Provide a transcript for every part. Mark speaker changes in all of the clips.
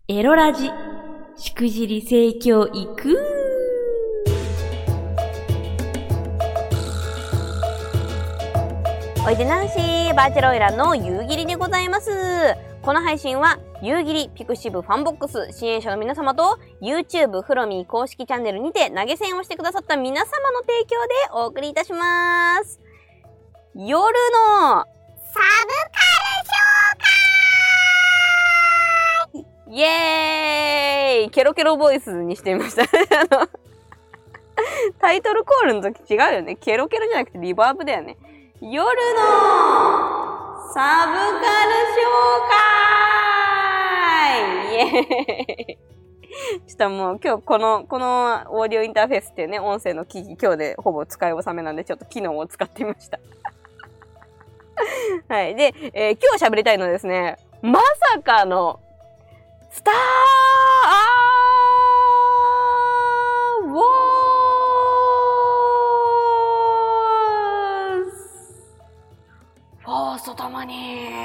Speaker 1: エロラジ、しくじり性教育。
Speaker 2: おいでナンシー、バーチャルオイラの夕霧でございます。この配信は夕霧ピクシブファンボックス支援者の皆様と YouTube フロミー公式チャンネルにて投げ銭をしてくださった皆様の提供でお送りいたします。夜のサブカル紹介イエーイ、ケロケロボイスにしてみましたタイトルコールの時違うよね。ケロケロじゃなくてリバーブだよね。夜のサブカル紹介イエーイちょっともう今日このオーディオインターフェースっていうね、音声の機器今日でほぼ使い納めなんでちょっと機能を使ってみましたはい。で、今日喋りたいのはですね、まさかのスターウォーズフォースとともに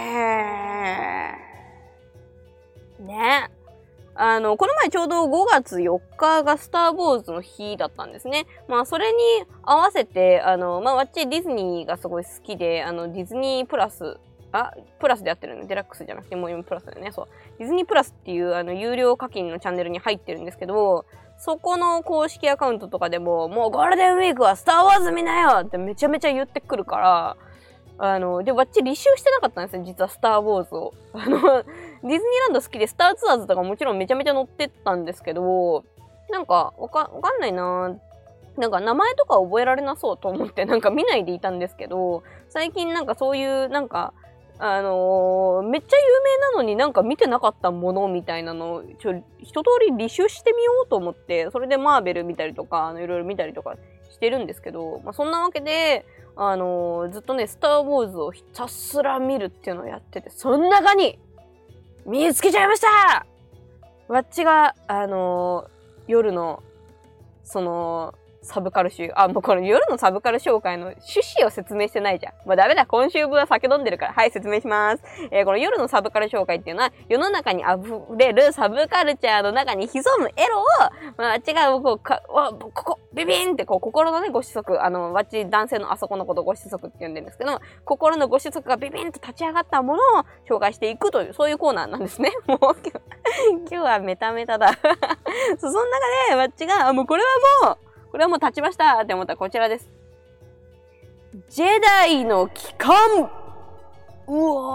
Speaker 2: ね。この前ちょうど5月4日がスター・ウォーズの日だったんですね。まあ、それに合わせて、わっちディズニーがすごい好きで、ディズニープラス、プラスでやってるの、デラックスじゃなくてもう今プラスだよね。そう。ディズニープラスっていう有料課金のチャンネルに入ってるんですけど、そこの公式アカウントとかでも、もうゴールデンウィークはスター・ウォーズ見なよってめちゃめちゃ言ってくるから、で、わっち履修してなかったんですよ、実はスター・ウォーズを。ディズニーランド好きでスターツアーズとかもちろんめちゃめちゃ載ってったんですけど、なんか、わかんないなぁ。なんか名前とか覚えられなそうと思ってなんか見ないでいたんですけど、最近なんかそういうなんか、めっちゃ有名なのになんか見てなかったものみたいなのを一通り履修してみようと思って、それでマーベル見たりとか、いろいろ見たりとかしてるんですけど、まあそんなわけで、ずっとね、スター・ウォーズをひたすら見るっていうのをやってて、その中に見つけちゃいました。わっちが、夜の、サブカル集。もうこの夜のサブカル紹介の趣旨を説明してないじゃん。もうダメだ。今週分は酒飲んでるから。はい、説明します。この夜のサブカル紹介っていうのは、世の中に溢れるサブカルチャーの中に潜むエロを、まあ、違う、ここ、ビビンって心のね、ご子息、わっち男性のあそこのことご子息って呼んでるんですけど、心のご子息がビビンと立ち上がったものを紹介していくという、そういうコーナーなんですね。もう、今日はメタメタだ。その中で、わっちが、もうこれはもう立ちましたって思ったらこちらです。ジェダイの帰還。う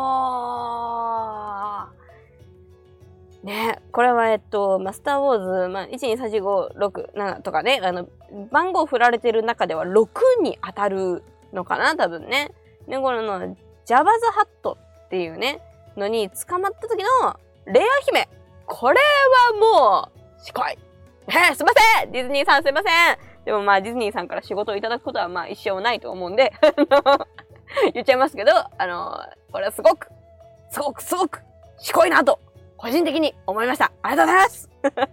Speaker 2: わー。ね、これはスターウォーズ、1、2、3、4、5、6、7とかね、番号振られてる中では6に当たるのかな、多分ね。ね、このジャバズハットっていうね、のに捕まった時のレア姫。これはもう、しこい。すいませんディズニーさんすいません。でもまあディズニーさんから仕事をいただくことはまあ一生ないと思うんで言っちゃいますけど、これはすごくしこいなと個人的に思いました。ありがとうございます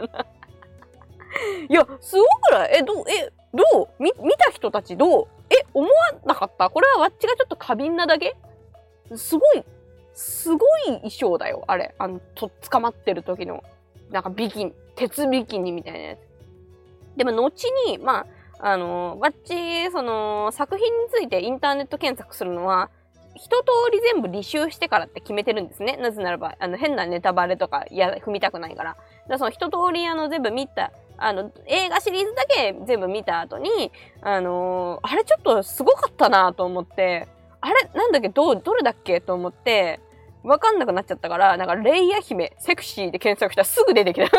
Speaker 2: いや、すごくない？どう見た人たちどう？思わなかった？これはわっちがちょっと過敏なだけ？すごい衣装だよ、あれ。捕まってる時の。なんか鉄ビキニみたいなやつ。でも、後に、わっち、作品についてインターネット検索するのは、一通り全部履修してからって決めてるんですね。なぜならば、変なネタバレとか、踏みたくないから。その一通り、全部見た、映画シリーズだけ全部見た後に、あれちょっとすごかったなと思って、あれなんだっけどれだっけと思って、わかんなくなっちゃったから、なんか、レイヤ姫、セクシーで検索したらすぐ出てきた。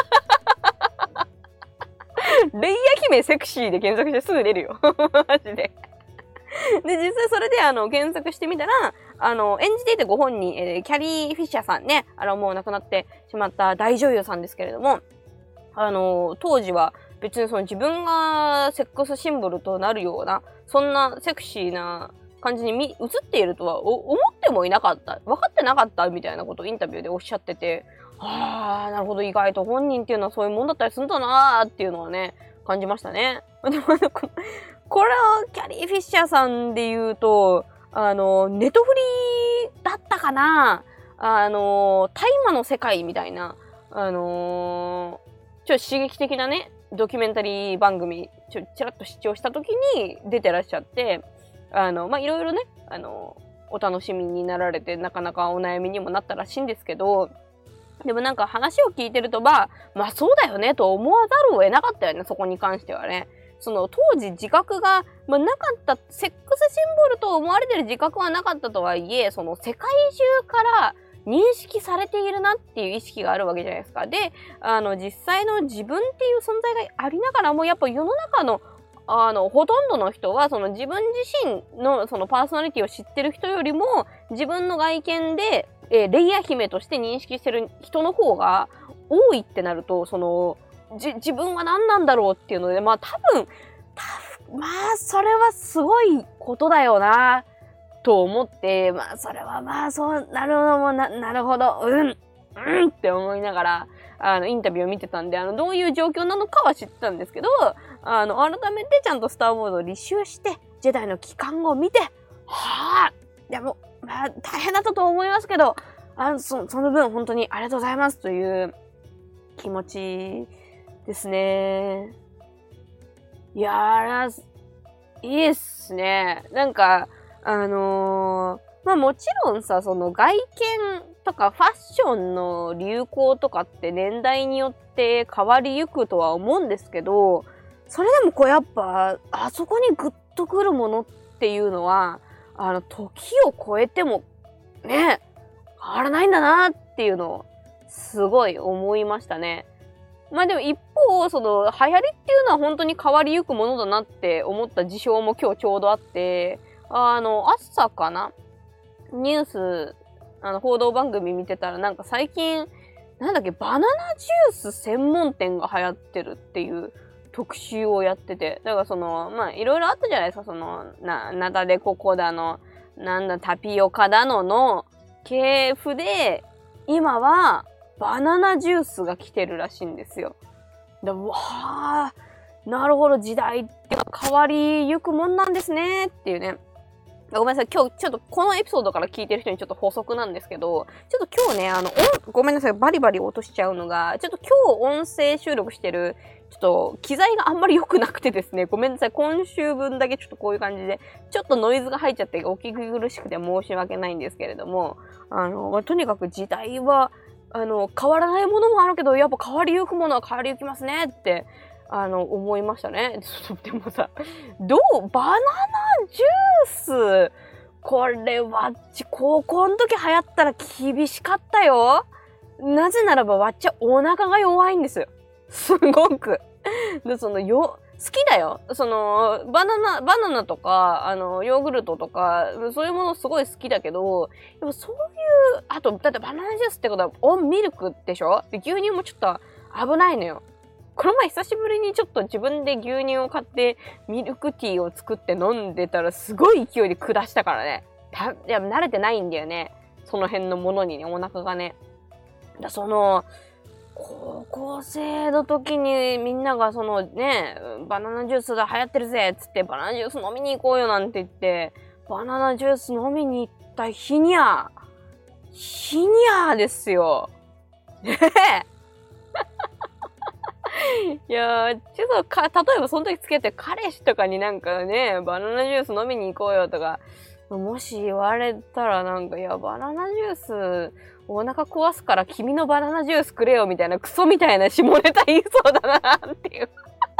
Speaker 2: レイヤ姫セクシーで検索してすぐ出るよ。マジで。で、実際それで検索してみたら、演じていてご本人、キャリー・フィッシャーさんね、もう亡くなってしまった大女優さんですけれども、当時は別に自分がセックスシンボルとなるような、そんなセクシーな感じに映っているとは思ってもいなかった。分かってなかったみたいなことをインタビューでおっしゃってて、なるほど、意外と本人っていうのはそういうもんだったりするんだなーっていうのはね、感じましたね。でもこれはキャリー・フィッシャーさんで言うと、ネトフリだったかな、大麻の世界みたいな、 ちょっと刺激的なね、ドキュメンタリー番組、ちらっと視聴した時に出てらっしゃって、いろいろね、お楽しみになられて、なかなかお悩みにもなったらしいんですけど、でもなんか話を聞いてると、まあそうだよねと思わざるを得なかったよね、そこに関してはね。その当時自覚が、なかった、セックスシンボルと思われてる自覚はなかったとはいえ、その世界中から認識されているなっていう意識があるわけじゃないですか。で、実際の自分っていう存在がありながらも、やっぱ世の中のほとんどの人は、その自分自身のそのパーソナリティを知ってる人よりも、自分の外見で、レイヤー姫として認識してる人の方が多いってなると、その、自分は何なんだろうっていうので、多分、それはすごいことだよな、と思って、それはそうなるのもなるほど、って思いながら、インタビューを見てたんで、どういう状況なのかは知ってたんですけど、改めてちゃんとスターウォーズを履修して、ジェダイの帰還を見て、でも、大変だったと思いますけど、その分本当にありがとうございますという気持ちですね。いやいいっすね。なんか、もちろんさ、その外見とかファッションの流行とかって年代によって変わりゆくとは思うんですけど、それでもやっぱ、あそこにグッとくるものっていうのは、時を超えても、ね、変わらないんだなっていうのを、すごい思いましたね。でも一方、その、流行りっていうのは本当に変わりゆくものだなって思った事象も今日ちょうどあって、朝かなニュース、報道番組見てたらなんか最近、バナナジュース専門店が流行ってるっていう特集をやってて。だからその、いろいろあったじゃないですか。その、ナタデココだの、タピオカだの系譜で、今はバナナジュースが来てるらしいんですよ。なるほど、時代って変わりゆくもんなんですねっていうね。ごめんなさい。今日ちょっとこのエピソードから聞いてる人にちょっと補足なんですけど、ちょっと今日ね、ごめんなさい。バリバリ落としちゃうのが、ちょっと今日音声収録してる、ちょっと機材があんまり良くなくてですね、ごめんなさい。今週分だけちょっとこういう感じで、ちょっとノイズが入っちゃってお聞き苦しくて申し訳ないんですけれども、とにかく時代は、変わらないものもあるけど、やっぱ変わりゆくものは変わりゆきますねって、思いましたね。でもさ、バナナジュース、これわっち、高校の時流行ったら厳しかったよ。なぜならばわっちはお腹が弱いんですよ。すごく。で、好きだよ。バナナとか、ヨーグルトとか、そういうものすごい好きだけど、でもそういう、だってバナナジュースってことはオンミルクでしょ？で、牛乳もちょっと危ないのよ。この前久しぶりにちょっと自分で牛乳を買ってミルクティーを作って飲んでたらすごい勢いで下したからね。いや、慣れてないんだよね。その辺のものにね、お腹がね。高校生の時にみんながバナナジュースが流行ってるぜっつってバナナジュース飲みに行こうよなんて言って、バナナジュース飲みに行った日にゃですよ。ねえ。いやー、ちょっと例えばその時つけて彼氏とかになんかね、バナナジュース飲みに行こうよとか、もし言われたらいや、バナナジュースお腹壊すから君のバナナジュースくれよみたいなクソみたいな下ネタ言いそうだなっていう。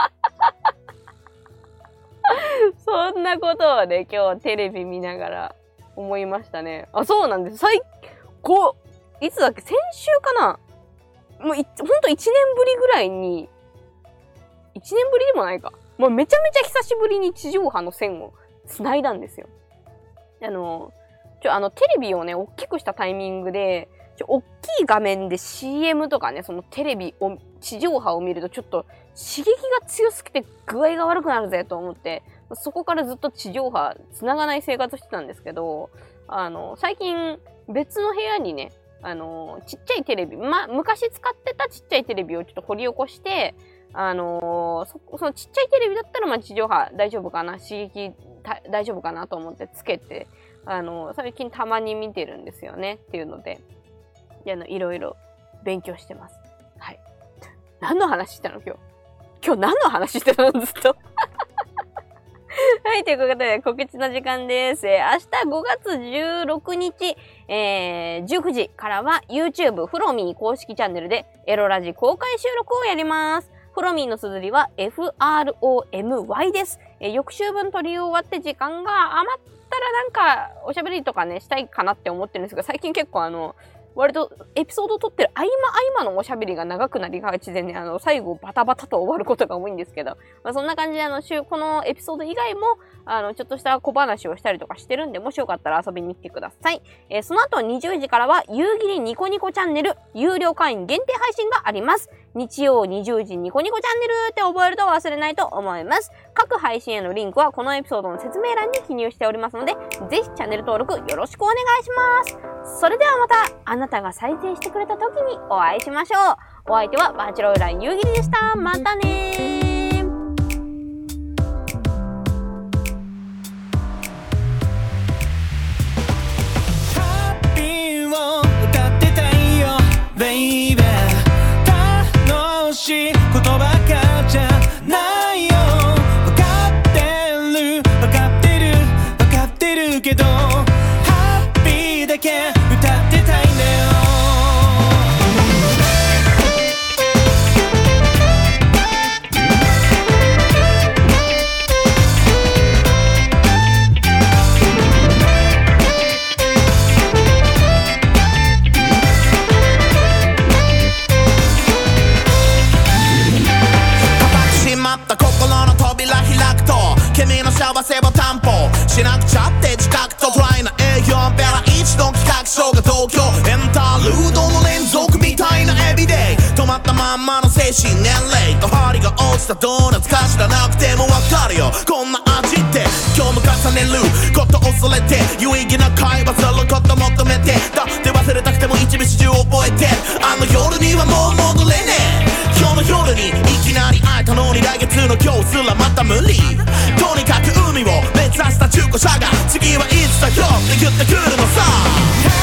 Speaker 2: そんなことをね、今日テレビ見ながら思いましたね。そうなんです。いつだっけ？先週かな？もうほんと1年ぶりぐらいに、1年ぶりでもないか。もうめちゃめちゃ久しぶりに地上波の線を繋いだんですよ。テレビをね、大きくしたタイミングで、大きい画面で CM とかね、そのテレビを、地上波を見るとちょっと刺激が強すぎて具合が悪くなるぜと思って、そこからずっと地上波繋がない生活してたんですけど、最近別の部屋にね、ちっちゃいテレビ、昔使ってたちっちゃいテレビをちょっと掘り起こして、そのちっちゃいテレビだったら地上波大丈夫かな、刺激大丈夫かなと思ってつけて、最近たまに見てるんですよねっていうので、いろいろ勉強してます。 何の話してたの今日何の話してたのずっと。はい、ということで告知の時間です。明日5月16日、19時からは YouTube フロミー公式チャンネルでエロラジ公開収録をやります。フロミーの綴りは FROMY です。翌週分撮り終わって時間が余ったらなんかおしゃべりとかねしたいかなって思ってるんですが、最近結構割とエピソードを撮ってる合間のおしゃべりが長くなりがちでね、最後バタバタと終わることが多いんですけど、そんな感じでこのエピソード以外も、ちょっとした小話をしたりとかしてるんで、もしよかったら遊びに来てください。その後20時からは、夕霧ニコニコチャンネル、有料会員限定配信があります。日曜20時ニコニコチャンネルって覚えると忘れないと思います。各配信へのリンクはこのエピソードの説明欄に記入しておりますので、ぜひチャンネル登録よろしくお願いします。それではまた、あなたが再生してくれた時にお会いしましょう。お相手はバーチャルオイラー夕霧でした。またねー。
Speaker 3: 言葉かじゃないよ。分かってるけどハッピーだけ歌ってたいんだよ。君の幸せを担保しなくちゃって自覚とトライな営業ベラ一度企画書が東京エンタールードの連続みたいなエビデイ止まったまんまの精神年齢と針が落ちたドーナツか知らなくてもわかるよこんな味って今日も重ねること恐れて有意義な会話すること求めてだって忘れたくても一日中覚えてあの夜にはもう戻れねえ今日の夜にいきなり会えたのに来月の今日すらまた無理とにかく海を目指した中古車が次はいつだよって言ってくるのさ